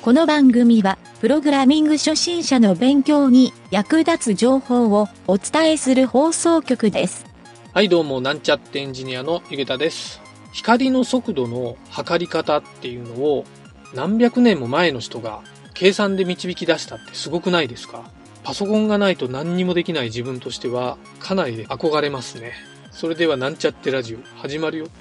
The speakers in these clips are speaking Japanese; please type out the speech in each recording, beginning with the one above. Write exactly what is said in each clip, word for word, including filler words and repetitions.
この番組は、プログラミング初心者の勉強に役立つ情報をお伝えする放送局です。 はい、どうも、なんちゃってエンジニアのゆげたです。光の速度の測り方っていうのを何百年も前の人が計算で導き出したってすごくないですか？パソコンがないと何にもできない自分としてはかなり憧れますね。それではなんちゃってラジオ始まるよ。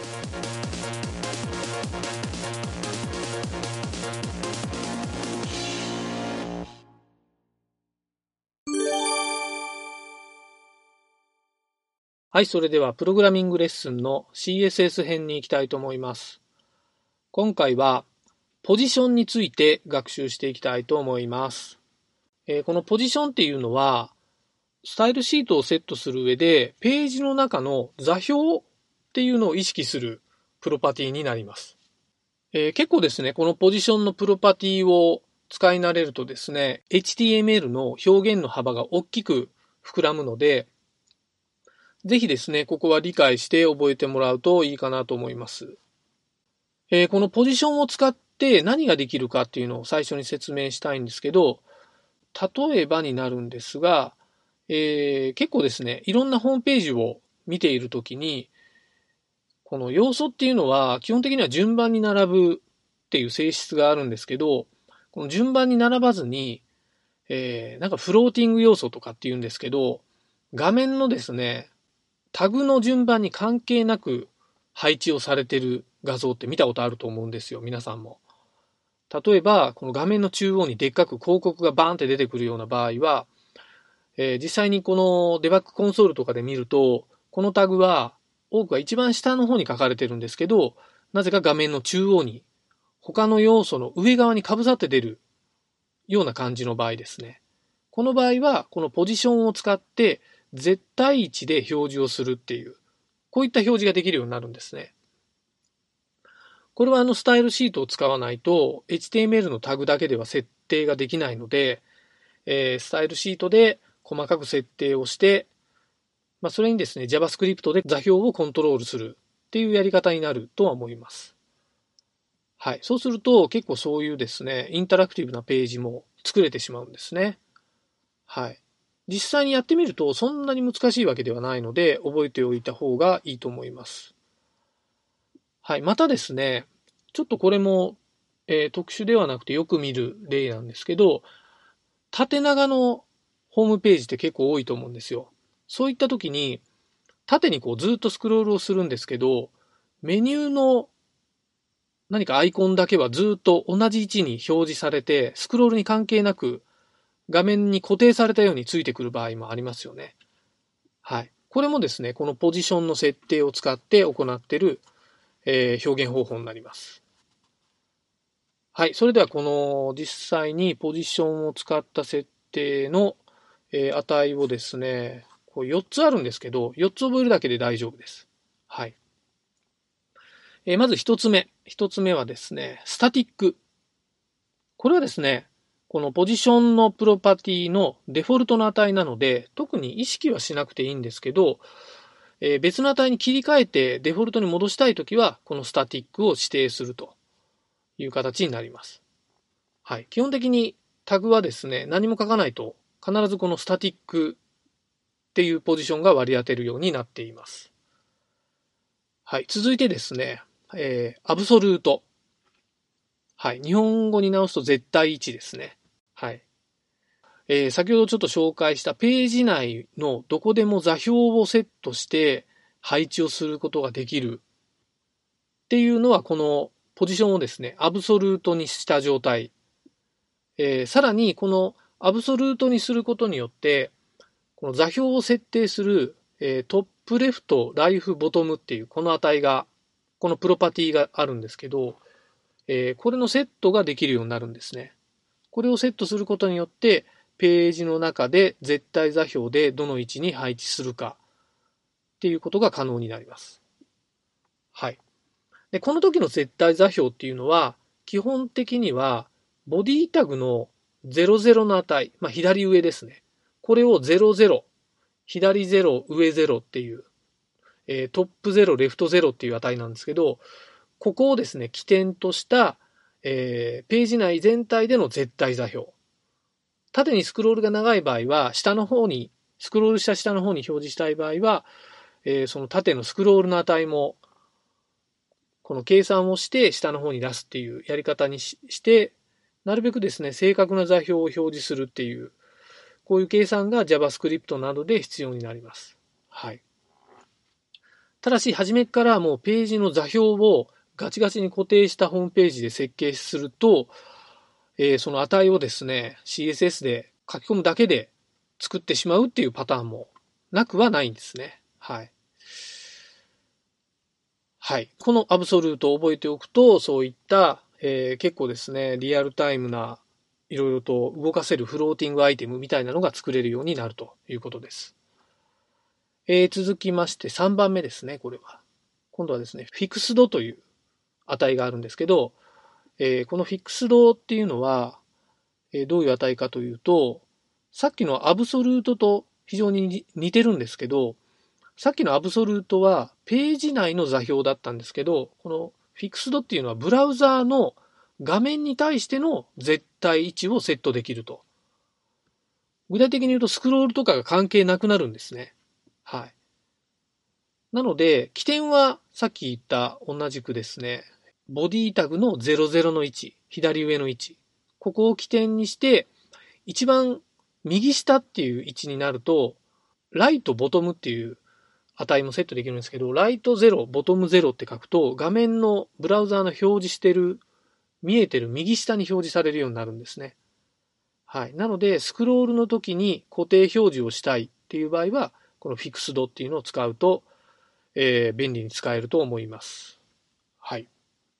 はい、それではプログラミングレッスンの シーエスエス 編に行きたいと思います。今回はポジションについて学習していきたいと思います。えー、このポジションっていうのはスタイルシートをセットする上でページの中の座標っていうのを意識するプロパティになります。えー、結構ですね、このポジションのプロパティを使い慣れるとですね、エイチティーエムエル の表現の幅が大きく膨らむので、ぜひですね、ここは理解して覚えてもらうといいかなと思います。えー、このポジションを使って何ができるかっていうのを最初に説明したいんですけど、例えばになるんですが、えー、結構ですね、いろんなホームページを見ているときに、この要素っていうのは基本的には順番に並ぶっていう性質があるんですけど、この順番に並ばずに、えー、なんかフローティング要素とかっていうんですけど、画面のですね、タグの順番に関係なく配置をされている画像って見たことあると思うんですよ、皆さんも。例えば、この画面の中央にでっかく広告がバーンって出てくるような場合は、えー、実際にこのデバッグコンソールとかで見ると、このタグは多くは一番下の方に書かれてるんですけど、なぜか画面の中央に他の要素の上側に被さって出るような感じの場合ですね。この場合は、このポジションを使って絶対位置で表示をするっていう、こういった表示ができるようになるんですね。これはあのスタイルシートを使わないと エイチティーエムエル のタグだけでは設定ができないので、えー、スタイルシートで細かく設定をして、まあ、それにですね JavaScript で座標をコントロールするっていうやり方になるとは思います。はい。そうすると結構そういうですね、インタラクティブなページも作れてしまうんですね。はい。実際にやってみるとそんなに難しいわけではないので覚えておいた方がいいと思います。はい。またですね、ちょっとこれも、えー、特殊ではなくてよく見る例なんですけど、縦長のホームページって結構多いと思うんですよ。そういった時に、縦にこうずっとスクロールをするんですけど、メニューの何かアイコンだけはずっと同じ位置に表示されて、スクロールに関係なく画面に固定されたようについてくる場合もありますよね。はい。これもですね、このポジションの設定を使って行っている、えー、表現方法になります。はい。それではこの実際にポジションを使った設定の、えー、値をですね、こうよっつあるんですけど、よっつ覚えるだけで大丈夫です。はい。えー、まずひとつめ。ひとつめはですね、スタティック。これはですね、このポジションのプロパティのデフォルトの値なので、特に意識はしなくていいんですけど、えー、別の値に切り替えてデフォルトに戻したいときは、このスタティックを指定するという形になります。はい。基本的にタグはですね、何も書かないと必ずこのスタティックっていうポジションが割り当てるようになっています。はい。続いてですね、えー、アブソルート。はい。日本語に直すと絶対位置ですね。はい。えー、先ほどちょっと紹介したページ内のどこでも座標をセットして配置をすることができるっていうのはこのポジションをですね、アブソルートにした状態。えー、さらにこのアブソルートにすることによって、この座標を設定する、えー、トップレフト、ライフ、ボトムっていうこの値が、このプロパティがあるんですけど、えー、これのセットができるようになるんですね。これをセットすることによって、ページの中で絶対座標でどの位置に配置するかっていうことが可能になります。はい。で、この時の絶対座標っていうのは、基本的には、ボディタグのゼロゼロの値、まあ、左上ですね。これをゼロゼロ、左ゼロ、上ゼロっていう、えー、トップゼロ、レフトゼロっていう値なんですけど、ここをですね、起点とした、 えー、ページ内全体での絶対座標。縦にスクロールが長い場合は、下の方に、スクロールした下の方に表示したい場合は、えー、その縦のスクロールの値も、この計算をして下の方に出すっていうやり方に し, して、なるべくですね、正確な座標を表示するっていう、こういう計算が JavaScript などで必要になります。はい。ただし、初めからもうページの座標をガチガチに固定したホームページで設計すると、えー、その値をですね、シーエスエス で書き込むだけで作ってしまうっていうパターンもなくはないんですね。はい。はい。このアブソルートを覚えておくと、そういった、えー、結構ですね、リアルタイムないろいろと動かせるフローティングアイテムみたいなのが作れるようになるということです。えー、続きましてさんばんめですね、これは。今度はですね、フィクスドという値があるんですけど、えー、このフィクスドっていうのは、えー、どういう値かというと、さっきのアブソルートと非常に似てるんですけど、さっきのアブソルートはページ内の座標だったんですけど、このフィクスドっていうのはブラウザーの画面に対しての絶対位置をセットできると。具体的に言うとスクロールとかが関係なくなるんですね。はい。なので、起点はさっき言った同じくですね、ボディタグのゼロゼロの位置、左上の位置。ここを起点にして、一番右下っていう位置になると、ライト、ボトムっていう値もセットできるんですけど、ライトゼロ、ボトムゼロって書くと、画面のブラウザーの表示してる、見えてる右下に表示されるようになるんですね。はい。なので、スクロールの時に固定表示をしたいっていう場合は、このフィクスドっていうのを使うと、えー、便利に使えると思います。はい。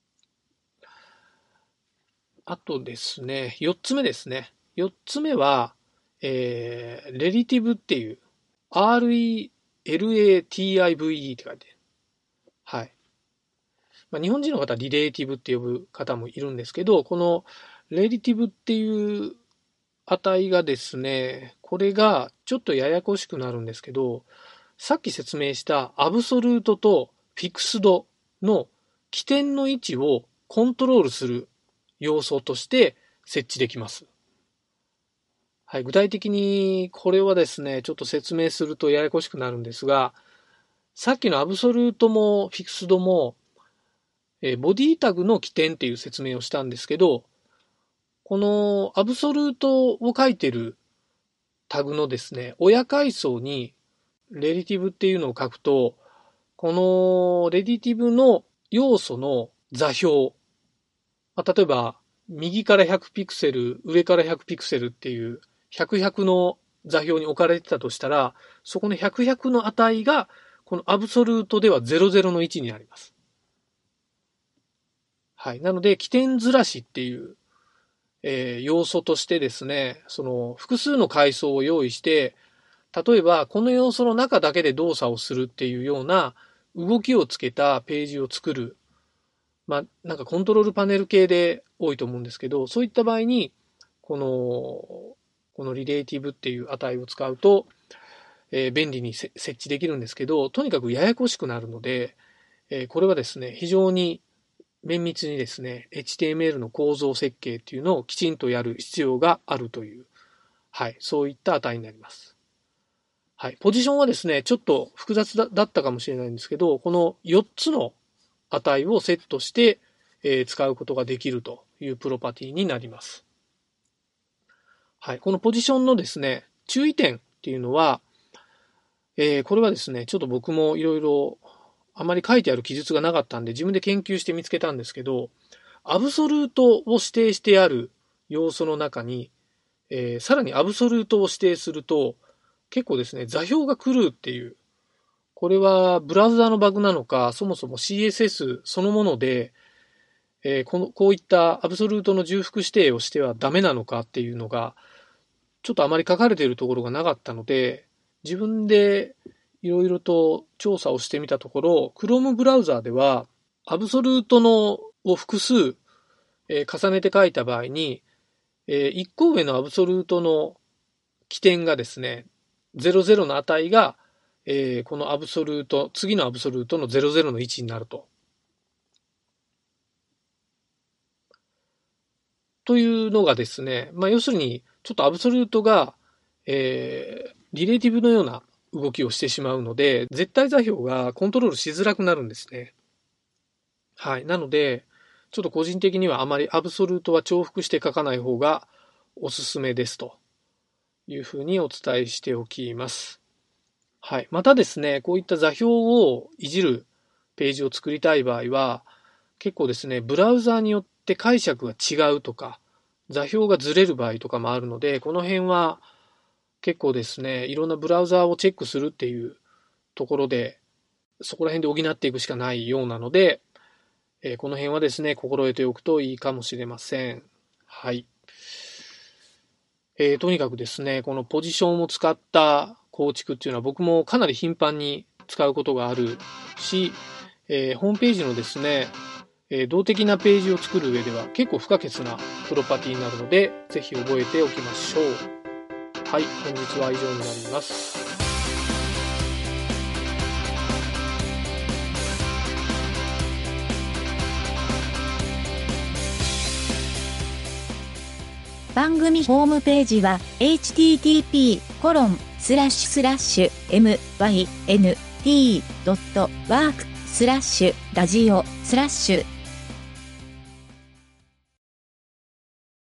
あとですね、よっつめですね。よっつめは、えー、レリティブっていう、アールイーエルエーティーアイブイイー って書いて、はい。まあ、日本人の方はリレーティブって呼ぶ方もいるんですけど、このレリティブっていう値がですね、これがちょっとややこしくなるんですけど、さっき説明したアブソルートとフィクスドの起点の位置をコントロールする要素として設置できます。はい、具体的にこれはですね、ちょっと説明するとややこしくなるんですが、さっきのアブソルートもフィクスドも、えーボディタグの起点っていう説明をしたんですけど、このアブソルートを書いてるタグのですね、親階層にレリティブっていうのを書くと、このレディティブの要素の座標、まあ、例えば右からひゃくピクセル、上からひゃくピクセルっていうひゃく、ひゃくの座標に置かれてたとしたら、そこのひゃく、ひゃくの値がこのアブソルートではゼロゼロの位置になります。はい。なので、起点ずらしっていう、えー要素としてですね、その複数の階層を用意して、例えばこの要素の中だけで動作をするっていうような動きをつけたページを作る。まあ、なんかコントロールパネル系で多いと思うんですけど、そういった場合に、この、このリレーティブっていう値を使うと、えー便利に設置できるんですけど、とにかくややこしくなるので、えーこれはですね、非常に綿密にですね、エイチティーエムエル の構造設計っていうのをきちんとやる必要があるという、はい、そういった値になります。はい、ポジションはですね、ちょっと複雑だだったかもしれないんですけど、このよっつの値をセットして、えー使うことができるというプロパティになります。はい、このポジションのですね、注意点っていうのは、えーこれはですね、ちょっと僕もいろいろあまり書いてある記述がなかったんで自分で研究して見つけたんですけど、アブソルートを指定してある要素の中に、えーさらにアブソルートを指定すると、結構ですね、座標が狂うっていう、これはブラウザーのバグなのか、そもそも シーエスエス そのもので、えーこの、こういったアブソルートの重複指定をしてはダメなのかっていうのが、ちょっとあまり書かれているところがなかったので、自分でいろいろと調査をしてみたところ、Chrome ブラウザーでは、アブソルートのを複数、えー重ねて書いた場合に、えー、いっこ上のアブソルートの起点がですね、ゼロゼロの値が、えーこのアブソルート、次のアブソルートのゼロゼロの位置になると。 というのがですね、まあ、要するに、ちょっとアブソルートが、えー、リレーティブのような動きをしてしまうので、絶対座標がコントロールしづらくなるんですね。はい。なので、ちょっと個人的にはあまりアブソルートは重複して書かない方がおすすめですというふうにお伝えしておきます。はい。またですね、こういった座標をいじるページを作りたい場合は、結構ですね、ブラウザーによって解釈が違うとか、座標がずれる場合とかもあるので、この辺は結構ですね、いろんなブラウザーをチェックするっていうところで、そこら辺で補っていくしかないようなので、えー、この辺はですね、心得ておくといいかもしれません。はい。えー、とにかくですね、このポジションを使った構築っていうのは僕もかなり頻繁に使うことがあるし、えー、ホームページのですね、えー、動的なページを作る上では結構不可欠なプロパティになるので、ぜひ覚えておきましょう。はい、本日は以上になります。 番組ホームページは エイチティーティーピーコロンスラッシュスラッシュエムワイエヌティードットワークスラッシュラジオスラッシュ